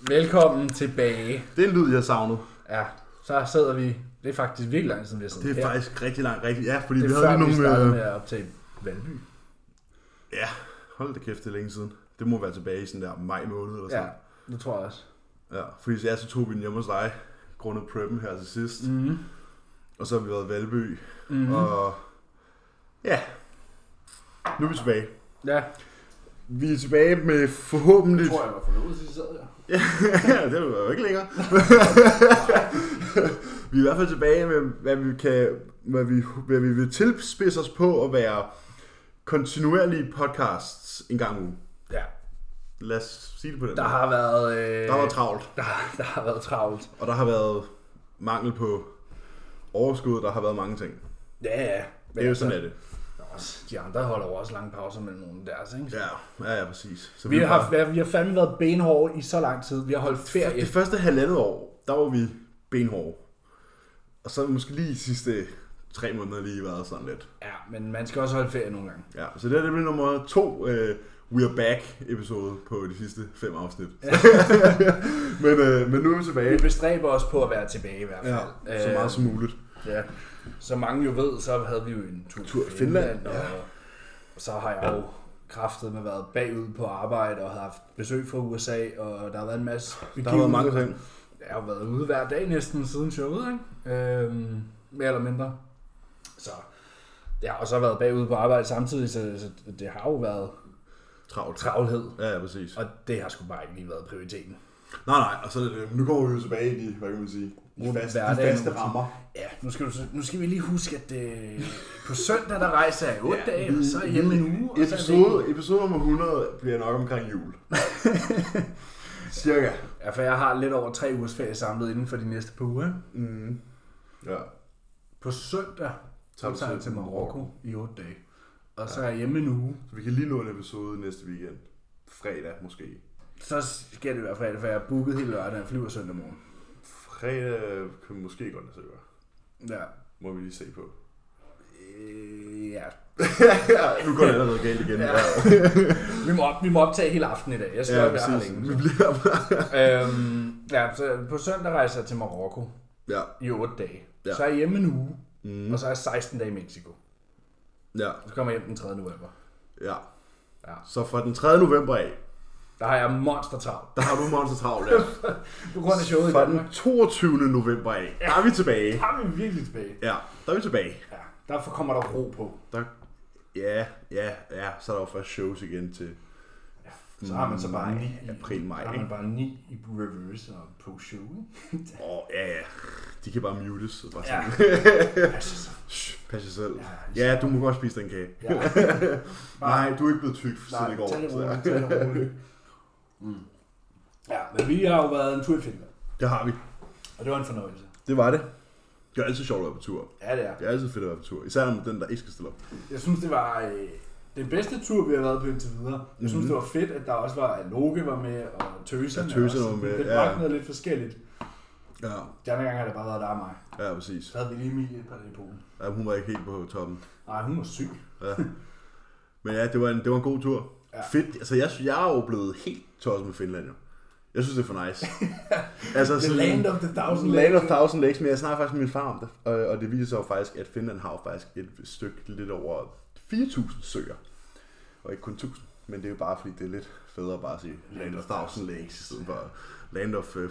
Velkommen tilbage. Det er en lyd, jeg savnede. Ja, så sidder vi. Det er faktisk virkelig langt siden vi har siddet her. Det er faktisk rigtig langt. Ja, fordi det vi er havde før, lige vi nogle... startede med at optage Valby. Ja, hold da kæft, det er længe siden. Det må være tilbage i sådan der maj måned eller sådan. Ja, det tror jeg også. Ja, fordi så tog vi den hjemme hos dig, grundet preppen her til sidst. Mm-hmm. Og så har vi været i Valby. Mm-hmm. Og ja, nu er vi tilbage. Ja. Vi er tilbage med forhåbentlig... Jeg tror, jeg var forlovet, så sad jeg. Ja, det var jo ikke længere. Vi er i hvert fald tilbage med, hvad vi vil tilspidse os på at være kontinuerlige podcasts en gang om ugen. Ja. Lad os sige det på den Der har været... Der har været travlt. Der har været travlt. Og der har været mangel på overskud, der har været mange ting. Ja. Det er jo sådan, er det. De andre holder jo også lange pauser mellem nogle deres, ikke? Ja, præcis. Så vi har fandme været benhårde i så lang tid. Vi har holdt ferie. Det første halvandet år, der var vi benhårde. Og så måske lige de sidste 3 måneder lige været sådan lidt. Ja, men man skal også holde ferie nogle gange. Ja, så det bliver nummer 2 We Are Back episode på de sidste 5 afsnit. Ja. men nu er vi tilbage. Vi bestræber os på at være tilbage i hvert fald. Ja, så meget som muligt. Ja. Som mange jo ved, så havde vi jo en tur i Finland, og så har jeg jo kraftet med været bagud på arbejde og har haft besøg fra USA, og der har været en masse Der har været mange ting. Jeg har været ude hver dag næsten siden showet, ikke? Mere eller mindre. Så jeg har også været bagud på arbejde samtidig, så det har jo været travlhed. Ja, præcis. Og det har sgu bare ikke lige været prioriteten. Nej, og så nu går vi jo tilbage i de, hvad kan man sige, de faste rammer. Ja, nu skal vi lige huske, at på søndag der rejser jeg 8 dage, og så er jeg hjemme en uge. Episode nummer 100 bliver nok omkring jul. Cirka. Ja, for jeg har lidt over 3 ugers ferie samlet inden for de næste par uger. Mm. Ja. På søndag tager jeg til Marokko i 8 dage. Og så er jeg hjemme en uge. Så vi kan lige nå en episode næste weekend. Fredag måske. Så skal det være fredag, for jeg har booket hele lørdag og flyver søndag morgen. Fredag kan vi måske godt lade sig gøre. Ja. Må vi lige se på. Ja. Nu går det allerede galt igen. Ja. vi må optage hele aften i dag. Jeg skal være her længe. Vi bliver så på søndag rejser jeg til Marokko i 8 dage. Ja. Så er jeg hjemme en uge, og så er jeg 16 dage i Mexico. Ja. Så kommer jeg hjem den 3. november. Ja. Så fra den 3. november af, der har jeg monster travlt. Der har du monster travlt, ja. På grund af showet i Danmark. Fra den 22. november af, der er vi tilbage. Der er vi virkelig tilbage. Ja, der er vi tilbage. Ja, derfor kommer der ro på. Så er der jo først shows igen til... Så har man så bare 9 april-maj. Så har man bare 9 i reverse og post-show. Ja. De kan bare mutes. Og bare pas jer selv. Ja, du må godt spise den kage. Ja. Nej, du er ikke blevet tyk siden i går. Tag det roligt. Ja, men vi har jo været en tur i Finland. Det har vi. Og det var en fornøjelse. Det var det. Det er altid sjovt at være på tur. Ja, det er. Det er altid fedt at være på tur. Især om den, der ikke skal stille op. Jeg synes, det var den bedste tur, vi har været på indtil videre. Jeg synes, det var fedt, at der også var, at Loke var med, og Tøserne. Ja, Tøserne var med. Det bragte noget lidt forskelligt. Ja. De andre gange har det bare været der og mig. Ja, præcis. Så havde vi lige Emilie et par dage i Polen. Ja, hun var ikke helt på toppen. Nej, hun var syg. Ja. Men ja, det var en god tur. Ja. Fedt. Altså, jeg er jo blevet helt tosset med Finland, jo. Jeg synes, det er for nice. Altså, the land of the thousand lakes. Land of thousand lakes, men jeg snakker faktisk med min far om det. Og det viser sig jo faktisk, at Finland har jo faktisk et stykke lidt over 4.000 søer. Og ikke kun 1.000. Men det er jo bare fordi, det er lidt federe bare at sige Land of thousand lakes, i stedet for Land of 4.538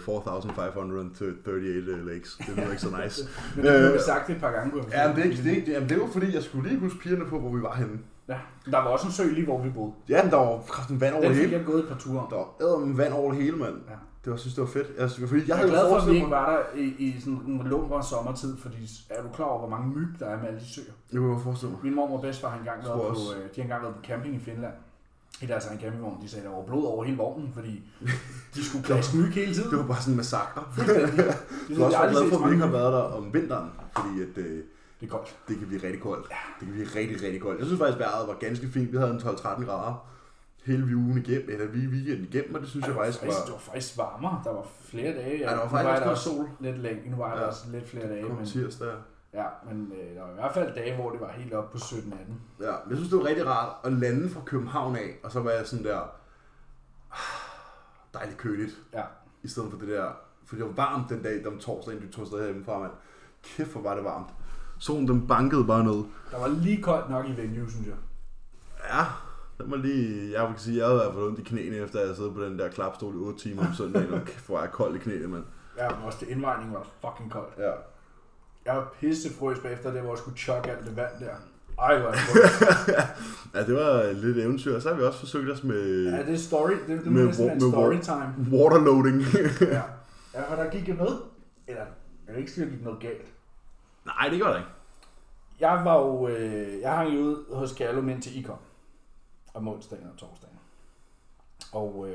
lakes. Det lyder ikke så nice. Men det har vi sagt det et par gange. Ja, det var fordi, jeg skulle lige huske pigerne på, hvor vi var henne. Ja, der var også en sø lige, hvor vi boede. Ja, men der var kraften vand over det hele. Den fik jeg gået et par ture om. Der var ædermen vand over det hele, mand. Ja. Jeg synes, det var fedt. Jeg er glad for, at vi ikke var der i sådan en lumre sommertid, fordi er du klar over, hvor mange myg der er med alle de søer? Det kunne jeg forestille mig. Min mormor og bedstefar har engang været på camping i Finland. I deres egen campingvogn, de sagde, der var blod over hele vognen, fordi de skulle klaske myg hele tiden. Det var bare sådan en massakre. Du er også glad for, at vi ikke har været der om vinteren, fordi at, det er koldt. Det kan blive rigtig koldt. Ja. Det kan blive rigtig, rigtig koldt. Jeg synes faktisk, vejret var ganske fint. Vi havde en 12-13 grader hele ugen igennem, eller weekenden igennem, og det synes jeg faktisk var... Det var faktisk varmere. Der var flere dage. Ja, der var faktisk også sol. Lidt længe. Nu var der også lidt flere dage. Kom tirsdag. Ja, men der var i hvert fald dage, hvor det var helt op på 17-18. Ja, jeg synes, det var rigtig rart at lande fra København af, og så var jeg sådan der... dejligt køligt. Ja. i stedet for det der, for det var varmt den dag, den torsdag, inden du tog afsted hjemmefra, mand. Kæft, hvor var det varmt. Solen, den bankede bare ned. Der var lige koldt nok i venue, synes jeg. Ja, den var lige, jeg vil sige, jeg havde i hvert fald ondt i knæene, efter jeg sad på den der klapstol i 8 timer om søndagen, og kæft, hvor er jeg kold i knæene, mand. Ja, men også til indvejningen var fucking koldt. Ja. Jeg var pissefrøs bagefter det, hvor jeg skulle chokke alt det vand der. Ej, hvor er det ja, det var lidt eventyr. Så har vi også forsøgt os med... Ja, det er story. Det er næsten en storytime. Waterloading. ja, for der gik jo noget. Eller, jeg vil ikke sige, at der gik noget galt. Nej, det gør det ikke. Jeg var jo... jeg hang jo ud hos Callum ind til ICOM. Om onsdagen og torsdagen. Og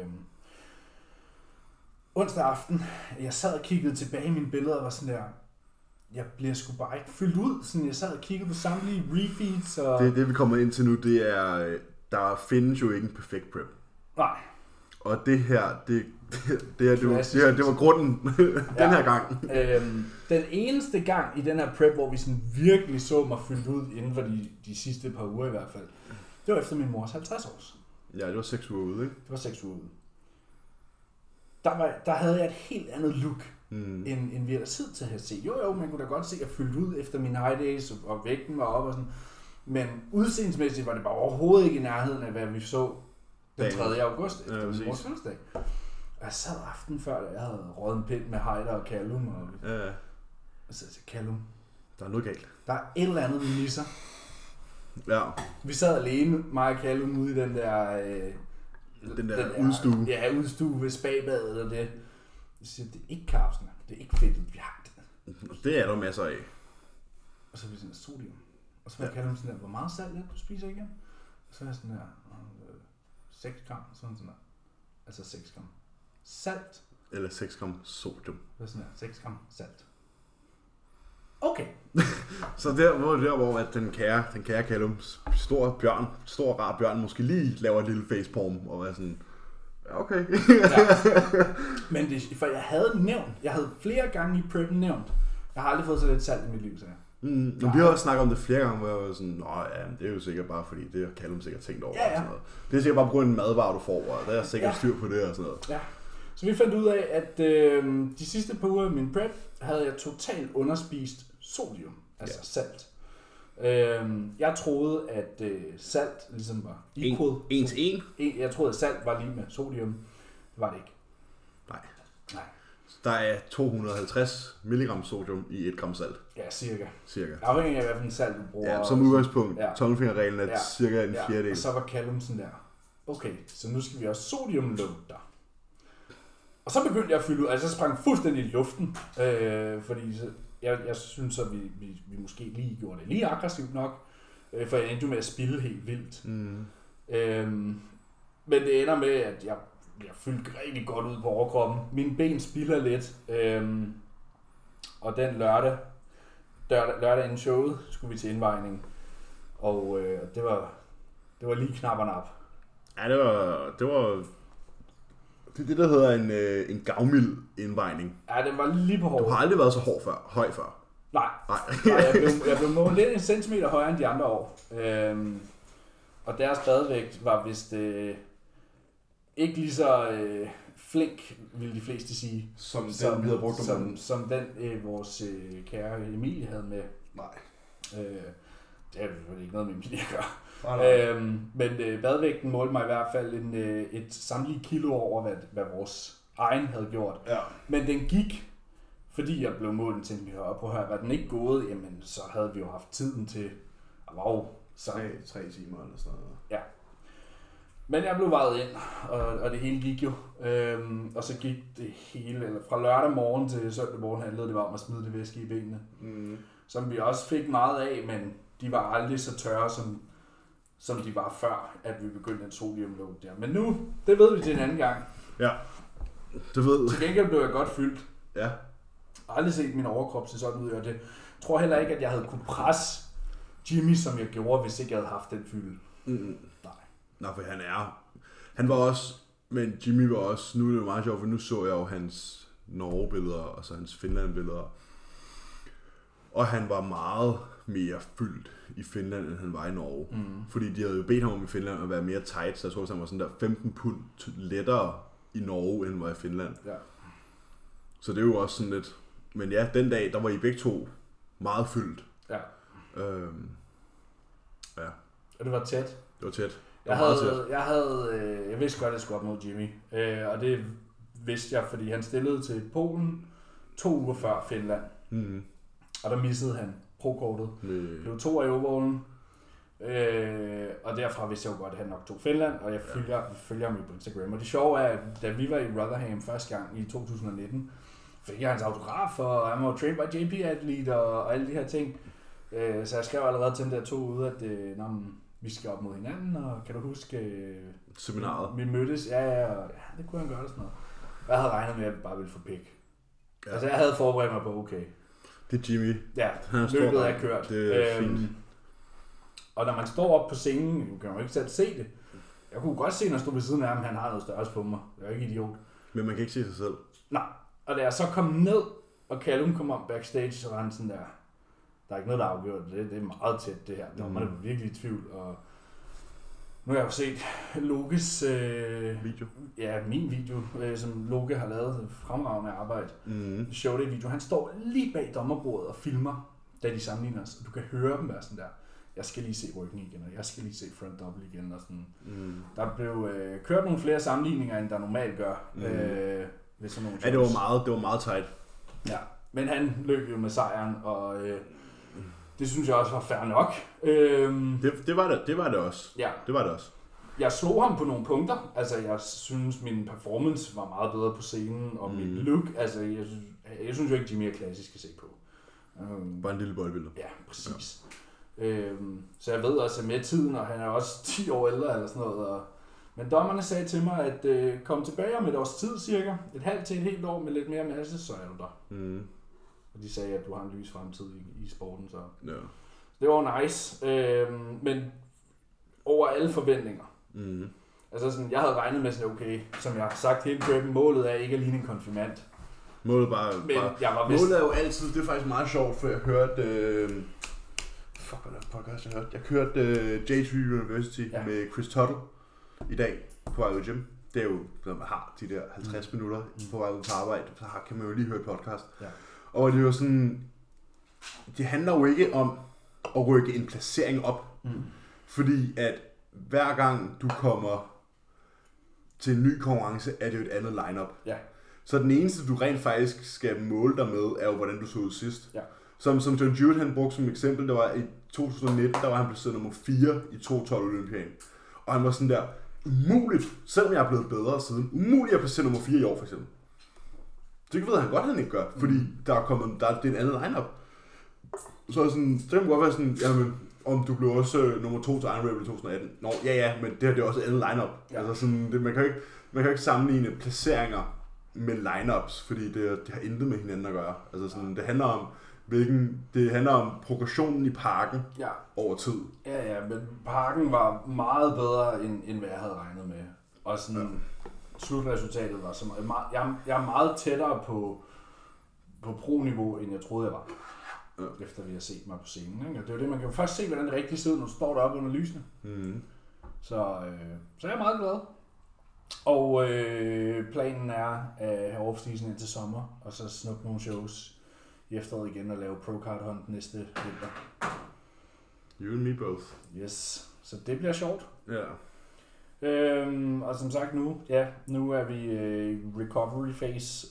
onsdag aften, jeg sad og kiggede tilbage i mine billeder og var sådan der... Jeg bliver sgu bare ikke fyldt ud. Sådan, jeg sad og kiggede på samtlige refeeds. Og... Det vi kommer ind til nu, det er, der findes jo ikke en perfekt prep. Nej. Og det her, det var grunden den her gang. Den eneste gang i den her prep, hvor vi sådan virkelig så mig fyldt ud inden for de sidste par uger i hvert fald, det var efter min mors 50 års. Ja, det var 6 uger ude, ikke? Det var 6 uger ude. Der havde jeg et helt andet look. End vi havde tid til at se. Jo, man kunne da godt se, at jeg fyldte ud efter mine high days, og vægten var op og sådan. Men udseendsmæssigt var det bare overhovedet ikke i nærheden af, hvad vi så den 3. august efter min mors fødselsdag. Og jeg sad aften før, da jeg havde røget en pind med Heider og Callum. Og så sagde Callum, der er noget galt. Der er et eller andet, vi misser. Ja. Vi sad alene, mig og Callum, ude i den der udstue. Ja, udstue ved spabadet og det. Jeg siger, det er ikke kapsene, det er ikke fedtet, vi har det. Det er der masser af. Og så er vi sådan, sodium. Og så var Callum sådan der, hvor meget salt du spiser igen? Og så er jeg sådan der, 6 gram, sådan der. Altså 6 gram salt. Eller 6 gram sodium. Det er sådan der, 6 gram salt. Okay. Så der hvor at den kære Callum, stor rar bjørn, måske lige laver et lille facepalm og er sådan, okay. Men for jeg havde flere gange i preppen nævnt, jeg har aldrig fået så lidt salt i mit liv, så vi har også snakket om det flere gange, hvor jeg var sådan, det er jo sikkert bare fordi, det har Callum sikkert tænkt over. Og sådan noget. Det er sikkert bare på grund af en madvare, du får, og der er sikkert styr på det og sådan noget. Ja. Så vi fandt ud af, at de sidste par uger af min prep, havde jeg totalt underspist sodium, altså salt. Jeg troede, at salt ligesom var equal. 1 til 1? Jeg troede, at salt var lige med sodium. Det var det ikke. Nej. Der er 250 mg sodium i 1 gram salt. Ja, cirka. Afhængig af, hvilken salt du bruger. Ja, som udgangspunkt. Tommelfingerreglen er cirka en fjerdedel. Og så var Callum sådan der, okay, så nu skal vi også sodiumload der. Og så begyndte jeg at fylde ud, altså jeg sprang fuldstændig i luften, fordi jeg synes, at vi måske lige gjorde det lige aggressivt nok, for jeg endte med at spille helt vildt. Men det ender med, at jeg fyldte rigtig godt ud på overkroppen. Mine ben spilder lidt, og den lørdag inden showet skulle vi til indvejning, og det var lige knap og nap. Ja, det var det er det, der hedder en gavmild indvejning. Ja, den var lige på hårdt. Du har aldrig været så høj før. Nej, jeg blev målt lidt 1 centimeter højere end de andre år. Og deres badevægt var vist ikke lige så flink, vil de fleste sige. Som den, vi havde brugt som den, vores kære Emilie havde med. Nej. Det har ikke noget med Emilie at gøre. Men badevægten målte mig i hvert fald et samlet kilo over, hvad vores egen havde gjort. Ja. Men den gik, fordi jeg blev målt en centimeter op på her. Var den ikke gået, jamen så havde vi jo haft tiden til at vage 3 timer eller sådan noget. Ja. Men jeg blev vejet ind, og det hele gik jo. Og så gik det hele, eller fra lørdag morgen til søndag morgen handlede det var om at smide det væske i benene. Som vi også fik meget af, men de var aldrig så tørre, som de var før, at vi begyndte en sodiumload der. Men nu, det ved vi til en anden gang. Ja, det ved. Til gengæld blev jeg godt fyldt. Ja. Jeg har aldrig set min overkrop se sådan ud, og det tror heller ikke, at jeg havde kunne presse Jimmy, som jeg gjorde, hvis ikke jeg havde haft den fylde. Nej, for han var også, men Jimmy var også, nu er det jo meget sjovt, for nu så jeg jo hans Norge-billeder, og så hans Finland-billeder. Og han var meget mere fyldt i Finland, end han var i Norge. Fordi de havde jo bedt ham om i Finland at være mere tight, så jeg tror, at han var sådan der 15 pund lettere i Norge, end han var i Finland. Ja. Så det er jo også sådan lidt... Men ja, den dag, der var I begge to meget fyldt. Ja. Ja. Og det var tæt. Det var tæt. Jeg vidste godt, at jeg skulle op mod Jimmy. Og det vidste jeg, fordi han stillede til Polen 2 uger før Finland. Mm-hmm. Og der missede han pro-kortet. Det blev 2 af overvågen. Og derfra vidste jeg jo godt, at han nok tog Finland, og jeg følger ham på Instagram. Og det sjove er, at da vi var i Rotherham første gang i 2019, fik jeg hans autograf, og han var trained by JP-athlete og alle de her ting. Så jeg skrev allerede til den der 2 uger, at vi skal op mod hinanden, og kan du huske... seminaret. Vi mødtes, ja, det kunne han gøre sådan noget. Jeg havde regnet med, at jeg bare ville få pik. Ja. Altså jeg havde forberedt mig på, okay. Det er Jimmy. Ja, løbet er kørt. Det er fint. Og når man står op på scenen, kan man jo ikke selv se det. Jeg kunne godt se, når jeg stod ved siden af ham, han har noget størrelse på mig. Jeg er ikke idiot. Men man kan ikke se sig selv. Nej. Og da jeg så kom ned, og Callum kom om backstage, så var han sådan der er ikke noget, der er afgjort. Det er meget tæt, det her. Der var man virkelig i tvivl. Og nu har jeg jo set Lokes video. Ja, min video, som Loke har lavet fremragende arbejde. Show det video. Han står lige bag dommerbordet og filmer, da de sammenligner os. Og du kan høre dem være sådan der. Jeg skal lige se ryggen igen, og jeg skal lige se front double igen. Og sådan. Der blev kørt nogle flere sammenligninger, end der normalt gør. Ved sådan nogle shows. Ja, det var meget tight. Ja, men han løb jo med sejren, og det synes jeg også var fair nok. Det var det også. Ja. Det var det også. Jeg slog ham på nogle punkter. Altså, jeg synes, min performance var meget bedre på scenen, og mit look, altså, jeg synes jo ikke, Jimmy er klassisk at se på. Bare en lille boldbillede. Ja, præcis. Ja. Så jeg ved også, at med tiden, og han er også 10 år ældre eller sådan noget. Men dommerne sagde til mig, at kom tilbage om et års tid cirka, et halvt til et helt år med lidt mere masse, så er du der. Og de sagde, at du har en lys fremtid i sporten, så ja. Det var nice. Men over alle forventninger. Altså sådan, jeg havde regnet med sådan, okay, som jeg har sagt hele køben, målet er ikke at ligne en konfirmant. Målet målet er jo altid, det er faktisk meget sjovt, for jeg hørte, hvad er podcast jeg hørte? Jeg hørte J3 University med Chris Tuttle i dag på vej ud gym. Det er jo, når man har de der 50 minutter på vej ud på arbejde, så kan man jo lige høre et podcast. Ja. Og det er jo sådan, det handler jo ikke om at rykke en placering op, fordi at hver gang du kommer til en ny konkurrence, er det jo et andet lineup. Ja. Så den eneste, du rent faktisk skal måle dig med, er jo, hvordan du så ud sidst. Ja. Som John Jewett, han brugte som eksempel, der var i 2019, der var han placeret nummer 4 i 2012 Olympiaden. Og han var sådan der, umuligt, selvom jeg er blevet bedre siden, umuligt at placere nummer 4 i år for eksempel. Det ved han godt, han ikke gør, fordi det er et andet lineup. Så sådan, det kan godt være sådan, jamen, om du blev også nummer 2 til Iron Rebel i 2018. Nå, ja, men det her det er også et andet lineup. Ja. Altså sådan, man kan ikke sammenligne placeringer med lineups, fordi det har intet med hinanden at gøre. Altså sådan, det handler om progressionen i parken over tid. Ja, men parken var meget bedre, end hvad jeg havde regnet med. Og sådan, slutresultatet var så meget. Jeg er meget tættere på pro-niveau, end jeg troede, jeg var. Efter vi har set mig på scenen. Ikke? Det er jo det, man kan jo først se, hvordan det rigtigt sidder, når du står deroppe under lysene. Så jeg er meget glad. Og planen er at have off-season indtil sommer, og så snuppe nogle shows i efteråret igen og lave Pro-Card Hunt næste vinter. You and me both. Yes, så det bliver sjovt. Ja. Og som sagt nu er vi i recovery phase.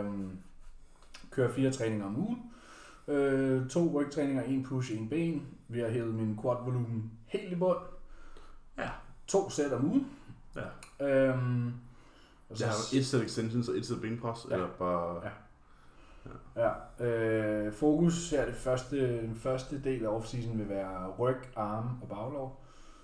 Kører 4 træninger om ugen. 2 rygtræninger, 1 push, 1 ben. Vi har hævet min quad volumen helt i bund. Ja. 2 sæt om ugen. Ja. Og så jeg har 1 sæt extensions og 1 sæt benpres, eller bare... Ja. Fokus her, den første del af off-season vil være ryg, arme og baglov.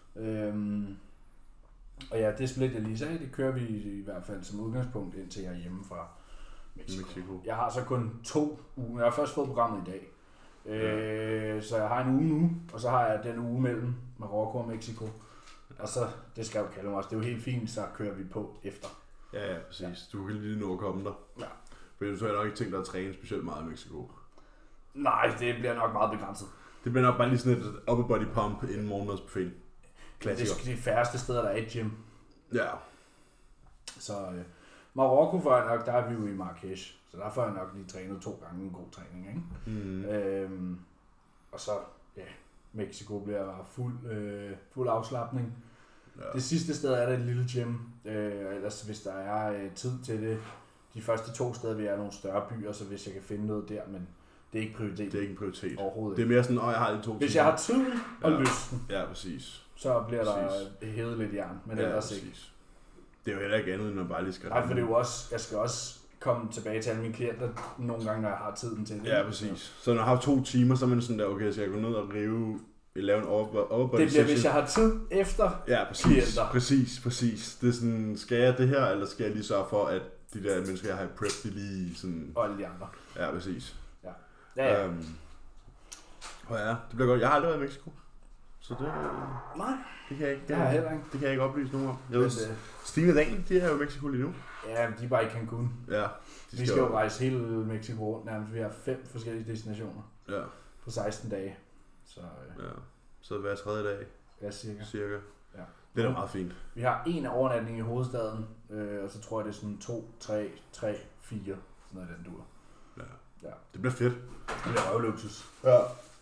Og ja, det split jeg lige sagde, det kører vi i hvert fald som udgangspunkt, indtil jeg er hjemme fra Mexico. Jeg har så kun 2 uger. Jeg har først fået programmet i dag. Så jeg har en uge nu, og så har jeg den uge mellem Marokko og Mexico. Og så, det skal jeg jo kalde mig også, det er jo helt fint, så kører vi på efter. Ja, præcis. Ja. Du kan lige nå at komme der. Ja. For så har jeg nok ikke tænkt dig at træne specielt meget i Mexico. Nej, det bliver nok meget begrænset. Det bliver nok bare lige sådan et upper body pump inden morgenmadsbuffeten. Det er de færreste steder, der er et gym. Ja. Så Marokko får jeg nok, der er vi jo i Marrakesh, så der får jeg nok lige trænet 2 gange en god træning, ikke? Og så, ja, Mexico bliver fuld afslapning. Ja. Det sidste sted er der et lille gym, ellers hvis der er tid til det. De første 2 steder vil jeg nogle større byer, så hvis jeg kan finde noget der, men det er ikke prioritet. Det er ikke en prioritet. Overhovedet. Det er mere sådan, jeg har de 2 timer. Hvis jeg har tid og lysten, ja, præcis. så bliver der hævet lidt jern, men ellers ikke. Det er jo heller ikke andet, end at bare lige skal... Nej, for det er jo også, jeg skal også komme tilbage til alle mine klienter nogle gange, når jeg har tiden til det. Ja, præcis. Så når jeg har 2 timer, så er man sådan der, okay, så jeg går ned og lave en overbody det bliver, hvis jeg har tid efter klienter. Præcis. Det er sådan, skal jeg det her, eller skal jeg lige sørge for, at de der mennesker, jeg har i prep, de lige sådan... Og alle de andre. Ja, præcis. Ja. Og ja, det bliver godt. Jeg har aldrig været i Mexico. Så det... Nej. Det kan jeg ikke. Det har jeg heller ikke. Det kan jeg ikke oplyse nogen om. Jeg ved, Stine og Daniel, de er jo i Mexico lige nu. Ja, de er bare i Cancun. Ja. Vi skal jo rejse hele Mexico rundt nærmest. Vi har 5 forskellige destinationer. Ja. På 16 dage. Så, ja. Så hver 3. dag. Ja, cirka. Ja. Det er da meget fint. Vi har en overnatning i hovedstaden, og så tror jeg, det er sådan 2, 3, 4, sådan noget i den dur. Ja. Det bliver fedt. Det bliver røvluksus. Ja.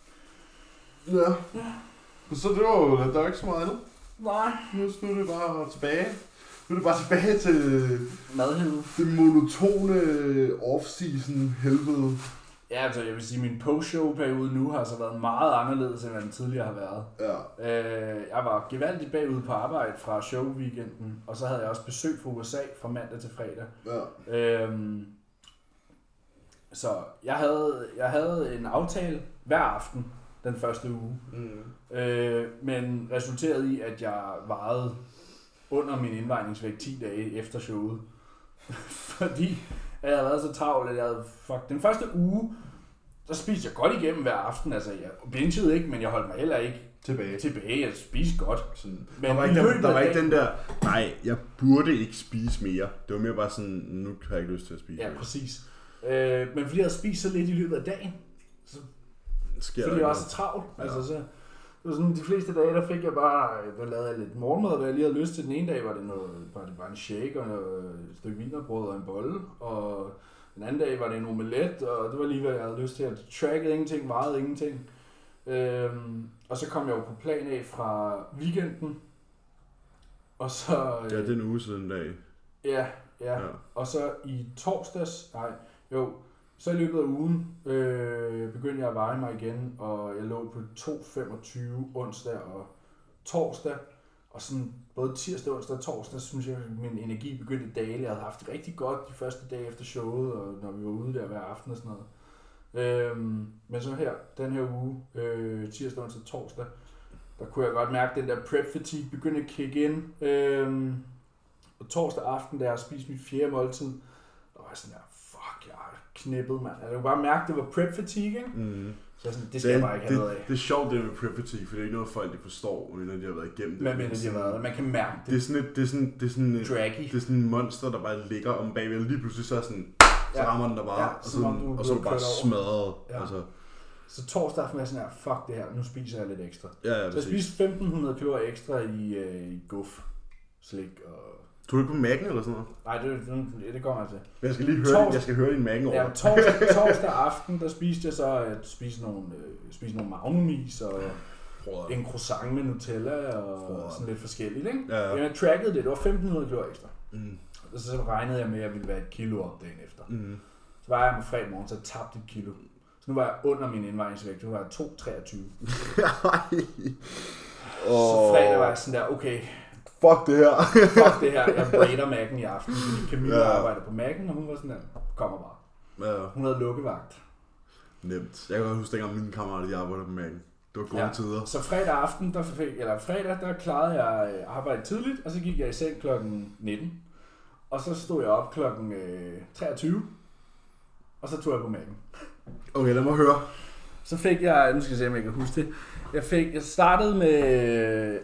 Så det var jo, der er ikke så meget andet. Nej. Nu er det bare tilbage. Nu er det bare tilbage til madhelvede. Det monotone off-season helvede. Ja, altså jeg vil sige, min post-show-periode nu har så været meget anderledes, end hvad den tidligere har været. Ja. Jeg var gevaldigt bagud på arbejde fra show-weekenden, og så havde jeg også besøg fra USA fra mandag til fredag. Ja. Så jeg havde en aftale hver aften den første uge, men resulterede i, at jeg vejede under min indvejningsvægt 10 dage efter showet. Fordi jeg havde været så travlt, at jeg havde, den første uge, der spiste jeg godt igennem hver aften. Altså, jeg bingede ikke, men jeg holdt mig heller ikke tilbage. Jeg spiste godt. Sådan. Men der var ikke den der, nej, jeg burde ikke spise mere. Det var mere bare sådan, nu har jeg ikke lyst til at spise mere. mere. Præcis. Men fordi jeg havde spist så lidt i løbet af dagen, så fordi jeg var så travlt. Ja. Altså, så, det var sådan, de fleste dage, der fik jeg bare, der lavede jeg lidt morgenmad, hvad jeg lige havde lyst til. Den ene dag var det bare en shake og et stykke wienerbrød og en bolle, og den anden dag var det en omelet, og det var lige, hvad jeg havde lyst til. At trackede ingenting, vejede ingenting. Og så kom jeg jo på plan af fra weekenden, og så... Ja, det er en uge siden dag. Ja. Og så i torsdags, så i løbet af ugen begyndte jeg at veje mig igen, og jeg lå på 2,25 onsdag og torsdag. Og sådan både tirsdag, onsdag og torsdag, synes jeg, at min energi begyndte at dale. Jeg havde haft det rigtig godt de første dage efter showet, og når vi var ude der hver aften og sådan noget. Men så her, den her uge, tirsdag, onsdag og torsdag, der kunne jeg godt mærke, at den der prep fatigue begyndte at kick ind. Og torsdag aften, da jeg spiste mit 4. måltid, der var jeg sådan der, jeg har knippet, mand. Jeg kunne bare mærke, at det var prep fatigue, ikke? Så sådan, det skal jeg bare ikke have noget af. Det er sjovt, det med prep fatigue, for det er ikke noget, folk de forstår, når de har været igennem det. Men de har været, man kan mærke det. Det er sådan draggy. Det er sådan en monster, der bare ligger om bagved, og lige pludselig så er sådan, så rammer den der bare, og så er du bare smadret. Ja. Altså. Så torsdag aften var jeg sådan her, fuck det her, nu spiser jeg lidt ekstra. Ja, så jeg spiste 1500 kalorier ekstra i guf, slik og... Tog du ikke på Mac'en eller sådan noget? Nej, det kommer jeg til. Jeg skal lige høre, jeg skal høre din Mac'en over. Ja, torsdag aften, der spiste jeg så spise nogle magnumis og en croissant med Nutella og sådan lidt forskelligt, ikke? Ja. Jeg trackede det var 1500 kalorier ekstra. Og så regnede jeg med, at jeg ville være 1 kilo op dagen efter. Så var jeg med fredag morgen, så tabte 1 kilo. Så nu var jeg under min indvejningsvægt, nu var jeg 2,23. Så fredag var jeg sådan der, okay, fuck det her, jeg raider Mac'en i aften, fordi Camilla arbejder på Mac'en, og hun var sådan der, kommer bare. Ja. Hun havde lukkevagt. Nemt. Jeg kan godt huske, dengang mine kammerater, de arbejder på Mac'en. Det var gode tider. Så fredag aften, der klarede jeg arbejde tidligt, og så gik jeg i seng klokken 19. Og så stod jeg op klokken 23, og så tog jeg på Mac'en. Okay, lad mig høre. Så fik jeg, nu skal jeg se, om jeg kan huske det. Jeg startede med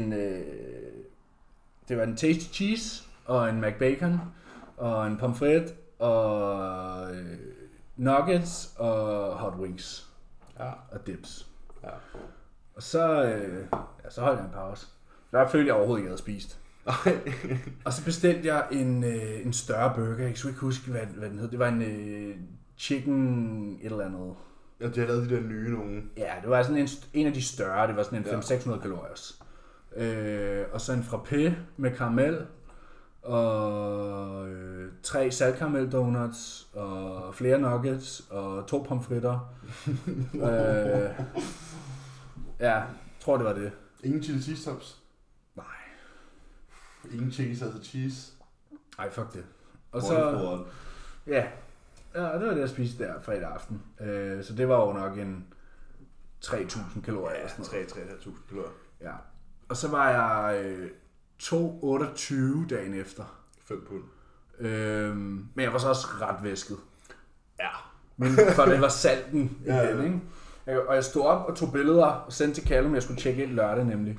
det var en tasty cheese, og en McBacon, og en pomfret, og nuggets, og hot wings. Ja. Og dips. Ja. Og så holdt jeg en pause. Der følte jeg overhovedet ikke, jeg havde spist. Og så bestilte jeg en større burger. Jeg kan ikke huske, hvad den hed. Det var en chicken et eller andet. Ja, de har lavet de der nye nogen. Ja, det var sådan en af de større. Det var sådan en 500-600 kalorier. Og så en frappé med karamel. Og 3 saltkaramel donuts. Og flere nuggets. Og 2 pomfritter. Ja, tror det var det. Ingen chili cheese tops? Nej. Ingen cheese, altså cheese? Ej, fuck det. Og så... Ja, det var det, jeg spiste der fredag aften. Så det var jo nok en 3.000 kalorier. Ja, 3.500 kalorier. Ja. Og så var jeg 2,28 dagen efter. 5 pund. Men jeg var så også ret væsket. Ja. Men for det var salten igen, ikke? Og jeg stod op og tog billeder og sendte til Callum, jeg skulle tjekke ind lørdag nemlig.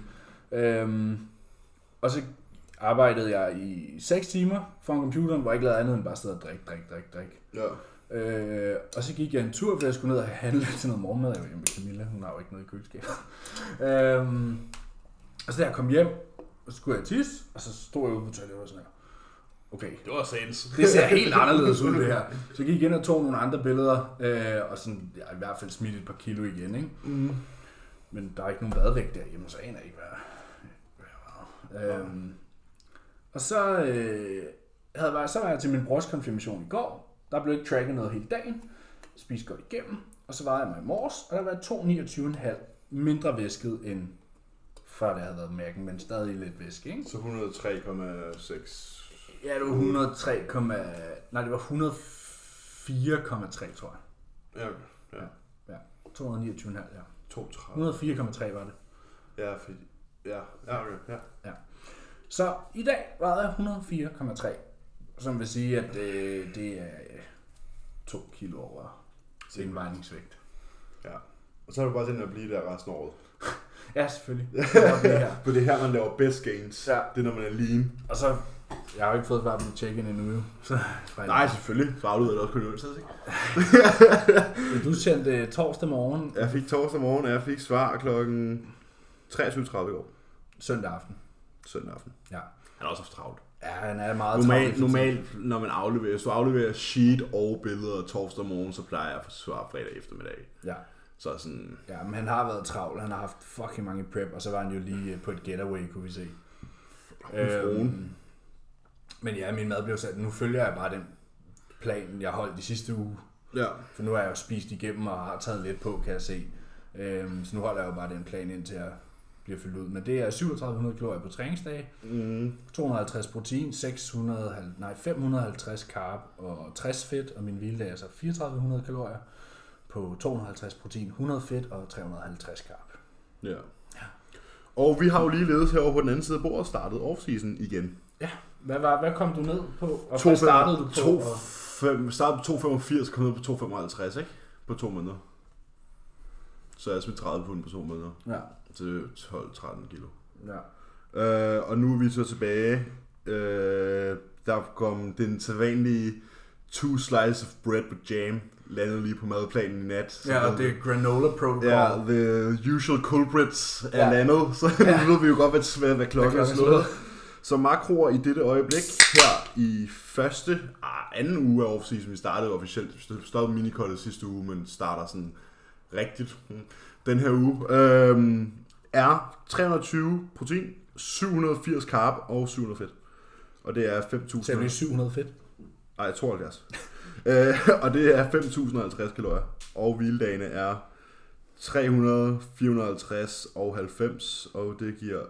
Og så arbejdede jeg i 6 timer foran computeren, hvor jeg ikke lavede andet end bare sidde og drikke. Ja. Og så gik jeg en tur, for jeg skulle ned og handle til noget morgenmad. Jeg var hjemme med Camilla, hun har jo ikke noget i køleskabet. Og så da jeg kom hjem, så skulle jeg tisse, og så stod jeg ude på toilettet og sådan her. Okay, Det var sans. det ser helt anderledes ud det her. Så jeg gik ind og tog nogle andre billeder, og sådan, jeg i hvert fald smidt et par kilo igen, ikke? Mm. Men der er ikke nogen badevægt derhjemme, så aner jeg ikke, hvad jeg var. Og så var jeg til min brors konfirmation i går. Der blev ikke tracket noget hele dagen. Spiste godt igennem. Og så var jeg mig i morges, og der var 229,5 mindre væsket end før det havde været mærken, men stadig lidt væske, ikke? Så 103,6. Ja, det var 103, nej, det var 104,3, tror jeg. Ja. 229,5, ja. 32. 104,3 var det. Ja, fordi... Ja, okay, ja. Så i dag vejede jeg 104,3, som vil sige, at det er 2 kilo over sin vejningsvægt. Ja. Og så er det bare den at blive der resten af året. Ja, selvfølgelig. For det her, man laver best gains. Ja. Det er, når man er lean. Og så, jeg har jo ikke fået svar på mit check-in endnu, jo. Så, nej, selvfølgelig. Så afleverede det også kun i onsdags, ikke? Du sendte torsdag morgen. Jeg fik torsdag morgen, og jeg fik svar klokken 23.30 i går. Søndag aften. Søndag aften. Ja. Han er også haft travlt. Ja, han er meget travlt. Normalt, når man afleverer, så afleverer sheet og billeder torsdag morgen, så plejer jeg at få svar fredag eftermiddag. Ja. Så sådan... Ja, men han har været travl. Han har haft fucking mange prep, og så var han jo lige på et getaway, kunne vi se. Men ja, min mad blev sat. Nu følger jeg bare den plan, jeg holdt de sidste uge. Ja. For nu har jeg jo spist igennem og har taget lidt på, kan jeg se. Så nu holder jeg jo bare den plan indtil jeg bliver fyldt ud. Men det er 3700 kalorier på træningsdage, 250 protein, 550 carb og 60 fedt, og min hviledag er så 3400 kalorier på 250 protein, 100 fedt og 350 carb. Ja. Og vi har jo ligeledes herovre på den anden side af bordet startet off-season igen. Ja. Hvad kom du ned på? Og hvad startede du på? Startede på 2,85, kom ned på 2,55, ikke? På 2 måneder. Så jeg smidt 30 pund på 2 måneder. Ja. Til 12-13 kilo. Ja. Og nu er vi så tilbage. Der kom den sædvanlige 2 slices of bread with jam. Landede lige på madplanen i nat. Ja, og det er granola protocol. Ja, the usual culprits er landet. Så nu ved vi jo godt, hvad klokken er slået. Så makroer i dette øjeblik, her i anden uge af off-season, vi startede officielt, vi stoppede minikottet sidste uge, men starter sådan rigtigt den her uge, er 320 protein, 780 carb og 700 fedt. Og det er 5.000... Så er det 700 fedt? Nej, 72. Og det er 5.050 kalorier. Og hviledagene er 300, 450 og 90, og det giver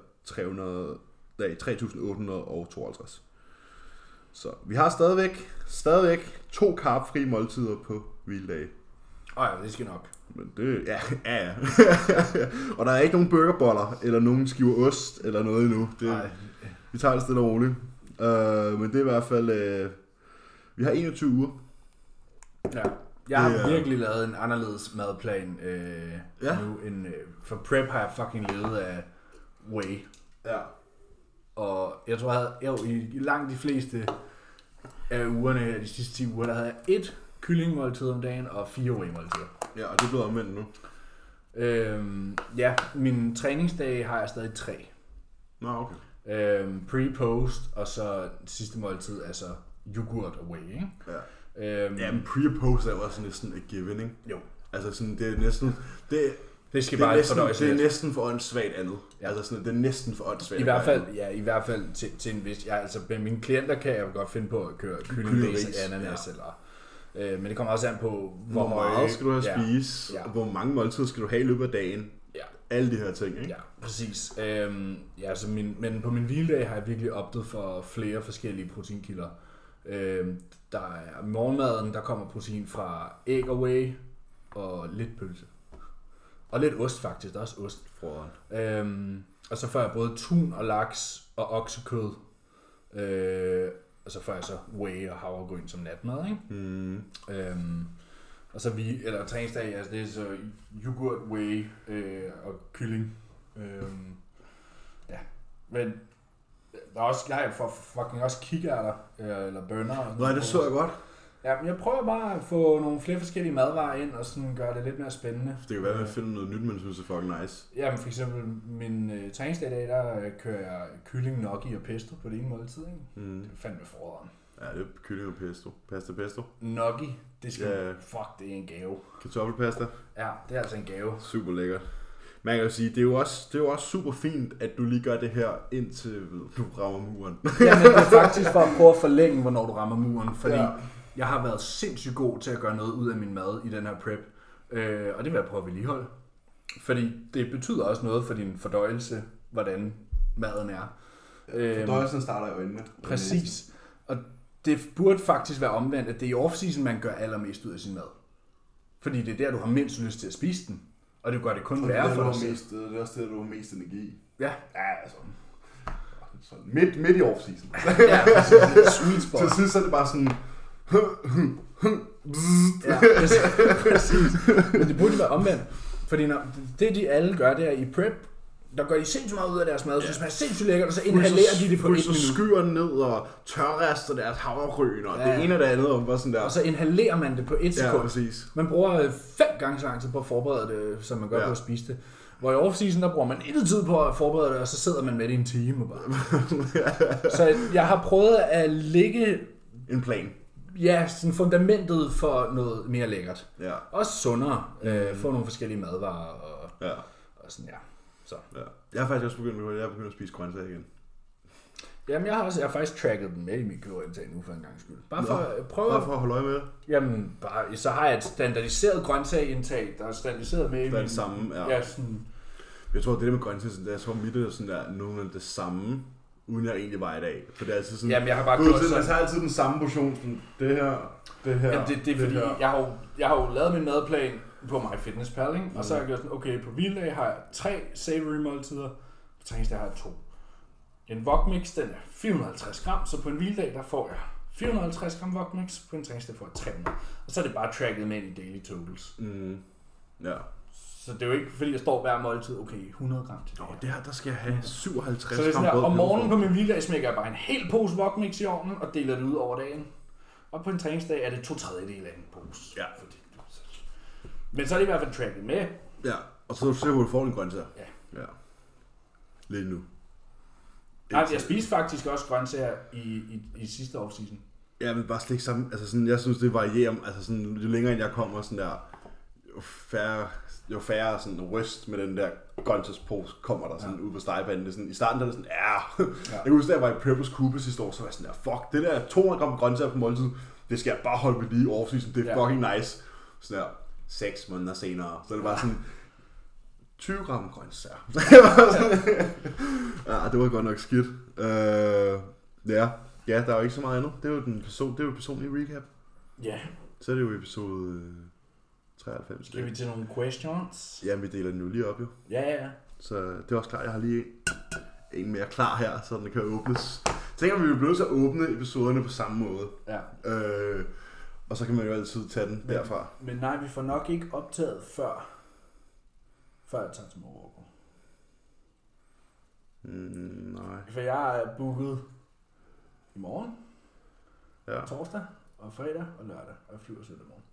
3.852. Så vi har stadigvæk 2 carbfri måltider på hviledage. Ja, det skal nok. Men det, ja. Og der er ikke nogen burgerboller, eller nogen skiver ost, eller noget endnu. Vi tager det stille og roligt. Men det er i hvert fald, vi har 21 uger. Ja. Jeg har virkelig lavet en anderledes madplan nu. For prep har jeg fucking levet af whey. Ja. Og jeg tror, i langt de fleste af ugerne af de sidste 10 uger, der havde jeg 1 kyllingmåltid om dagen og 4 whey-måltider. Ja, og det er blevet omvendt nu. Ja, min træningsdage har jeg stadig 3. Nå, okay. Pre-post, og så sidste måltid, altså yoghurt og whey, ikke? Ja. Men pre og post er jo også næsten et given, ikke? Jo. Altså sådan, det er næsten... Det skal bare fordøjes lidt. Det er næsten for åndssvagt andet. Ja. Altså sådan, det er næsten for åndssvagt. I hvert fald til en vis... Altså med mine klienter kan jeg godt finde på at køre kyllingris, ananas eller... Men det kommer også an på, hvor meget skal du have spise, og hvor mange måltider skal du have i løbet af dagen. Ja. Alle de her ting, ikke? Ja, præcis. Men på min hviledag har jeg virkelig optet for flere forskellige proteinkilder. Der er morgenmaden, der kommer protein fra æg og whey, og lidt pølse. Og lidt ost faktisk, der er også ost. Og så får jeg både tun og laks og oksekød. Og så får jeg så whey og havregryn som natmad, ikke? Og så træningsdag, altså det er så yoghurt, whey og kylling. Men der er også, jeg får fucking også kikærter eller bønner. Nej, det så jeg godt. Ja, men jeg prøver bare at få nogle flere forskellige madvarer ind og sådan gøre det lidt mere spændende. Det kan være, at man finder noget nyt, man synes er fucking nice. Ja, men for eksempel min træningsdag i dag, der kører jeg kylling, gnocchi og pesto på det ene måltid, ikke? Det er fandme forråderen. Ja, det er kylling og pesto. Pasta pesto. Gnocchi, det skal fuck, det er en gave. Kartoffelpasta. Ja, det er altså en gave. Super lækkert. Man kan jo sige, det er jo også super fint, at du lige gør det her, indtil du rammer muren. Ja, men det er faktisk for at prøve at forlænge, hvornår du rammer muren, fordi jeg har været sindssygt god til at gøre noget ud af min mad i den her prep, og det vil jeg prøve at vedligeholde. Fordi det betyder også noget for din fordøjelse, hvordan maden er. Fordøjelsen starter i øjnene. Præcis. Og det burde faktisk være omvendt, at det er i off-season, man gør allermest ud af sin mad. Fordi det er der, du har mindst lyst til at spise den. Og det gør det kun værre for dig selv. Det er også det, du har mest energi. Ja. Altså. Midt i off-season. Ja, præcis. Sweet spot. Til sidst er det bare sådan... Ja, præcis. Men det burde være omvendt. Fordi når det de alle gør der i prep, der gør de sindssygt meget ud af deres mad, så det smager sindssygt lækkert, og så inhalerer de det på 1 minut. Så skyer ned og tørrester deres havregryn, og det ene og det andet, og bare sådan der. Og så inhalerer man det på 1 sekund. Ja, præcis. Man bruger 5 gange så lang tid på at forberede det, som man gør på at spise det. Hvor i off-season, der bruger man intet tid på at forberede det, og så sidder man med det i en time. Bare. Så jeg har prøvet at lægge en plan. Ja, sådan fundamentet for noget mere lækkert. Ja. Også sundere. Få nogle forskellige madvarer og sådan, Så. Ja. Jeg har faktisk også begyndt at spise grøntsager igen. Jamen, jeg har faktisk tracket dem med i mit kalorieindtag nu for en gang skyld. Bare for at holde øje med det? Jamen, så har jeg et standardiseret grøntsageindtag, der er standardiseret med i min... Det er det samme, ja. Sådan... Jeg tror, det der med grøntsager, jeg tror mit er sådan der nogenlunde det samme, uden jeg egentlig var i dag. For det er altid sådan... Jamen, jeg har bare gjort sådan... Man tager altid den samme portion, sådan det her. Jamen, det er fordi, jeg har jo lavet min madplan på MyFitnessPal, ikke? Og så har jeg gjort sådan, okay, på hviledag har jeg 3 savory måltider, på træningsdag har jeg 2. En wokmix, den er 450 gram, så på en hviledag, der får jeg 450 gram wokmix, på en træningsdag får jeg 300. Og så er det bare tracket med i daily totals. Ja. Så det er jo ikke, fordi jeg står hver måltid, okay, 100 gram til det her. Der skal jeg have 57 så gram. Så om morgenen på min hviledag smækker jeg bare en hel pose wokmix i ovnen, og deler det ud over dagen. Og på en træningsdag er det 2/3 af en pose. Ja. Men så er det i hvert fald tracket med. Ja, og så ser du får en grøntsager. Ja. Lidt nu. Jeg spiste faktisk også grøntsager i sidste off-season. Ja, men bare slet ikke sammen. Altså sådan, jeg synes, det varierer. Altså sådan, jo længere end jeg kommer, sådan der, jo færre sådan ryst med den der grøntsagspose kommer der sådan ud på stegepanden. Sådan, i starten der er det sådan, Jeg kan huske, da jeg var i Purpose Cube sidste år, så var jeg sådan der, fuck, det der 200 gram grøntsager på måltid, det skal jeg bare holde ved lige off-season, det er fucking nice. Sådan der, 6 måneder senere, så det var sådan 20 gram grøntsager. Ja, det var godt nok skidt. Ja, der er jo ikke så meget andet. Det er jo personlige recap. Ja. Så er det jo episode 93. Skal vi til nogle questions? Ja, vi deler den jo lige op jo. Ja. Så det er også klart, jeg har lige en mere klar her, så den kan åbnes. Jeg tænker, vi vil blive til at åbne episoderne på samme måde. Ja. Og så kan man jo altid tage den derfra. Men nej, vi får nok ikke optaget før jeg tager til Marokko. Nej. For jeg er booket i morgen, torsdag og fredag og lørdag, og jeg flyver søndag morgen.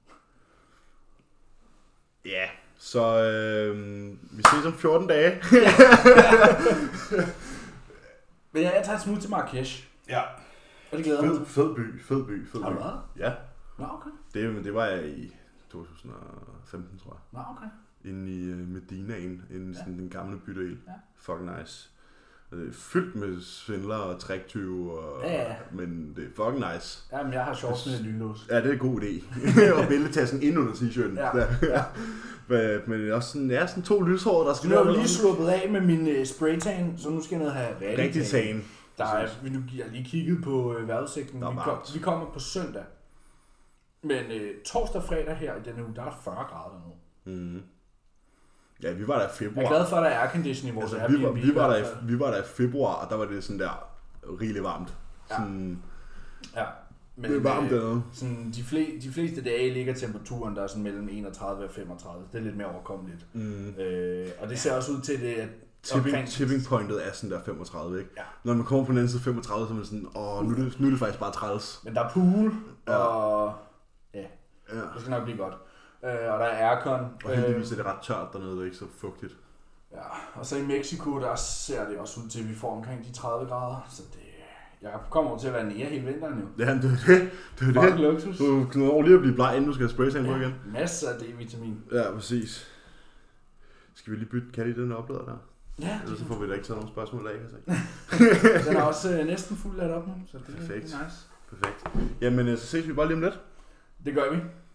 Ja, så vi ses om 14 dage. Men jeg tager et smut til Marrakesh. Ja. Og det glæder mig. Fed by. Har du været? Ja. Nå, okay. Det var jeg i 2015, tror jeg. Nå, okay. Inde i Medinaen, inde i sådan den gamle bydel. Ja. Fucking nice. Fyldt med svindlere og træktyve, Ja. men det er fucking nice. Jamen, jeg har shorts med lynlås. Ja, det er en god idé. Og bæltetasken ind under t-shirten. Ja. Men det er også sådan 2 lyshår, der skal... Nu har jeg lige sluppet af med min spraytan, så nu skal jeg ned have rigtig tan. Jeg har lige kigget på vejrudsigten. Vi kommer på søndag. Men torsdag og fredag her i denne uge, der er 40 grader nu. Mm. Ja, vi var der i februar. Jeg er glad for, at der er aircondition i vores Airbnb. Vi var der i februar, og der var det sådan der rigeligt varmt. Sådan, ja. Men det er varmt dernede. Sådan, de fleste dage ligger temperaturen der er sådan mellem 31 og 35. Det er lidt mere overkommeligt. Og det ser også ud til det, at tipping pointet er sådan der 35, ikke? Ja. Når man kommer på den anden side 35, så er man sådan, nu er det faktisk bare træls. Men der er pool, og det skal nok blive godt. Og der er aircon. Og heldigvis er det ret tørt dernede, det er ikke så fugtigt. Ja, og så i Mexico, der ser det også ud til, at vi får omkring de 30 grader, så jeg kommer over til at være nære hele vinteren jo. Ja, det er det. Luksus. Du når lige at blive bleg, inden du skal have spraytan på igen. Masser af D-vitamin. Ja, præcis. Skal vi lige bytte kat i den oplader der? Ja. Ellers så får vi da ikke taget nogen spørgsmål af, Den er også næsten fuldt ladt op nu, så det er nice. Perfekt. Jamen, så ses vi bare lige om lidt. Det gør vi.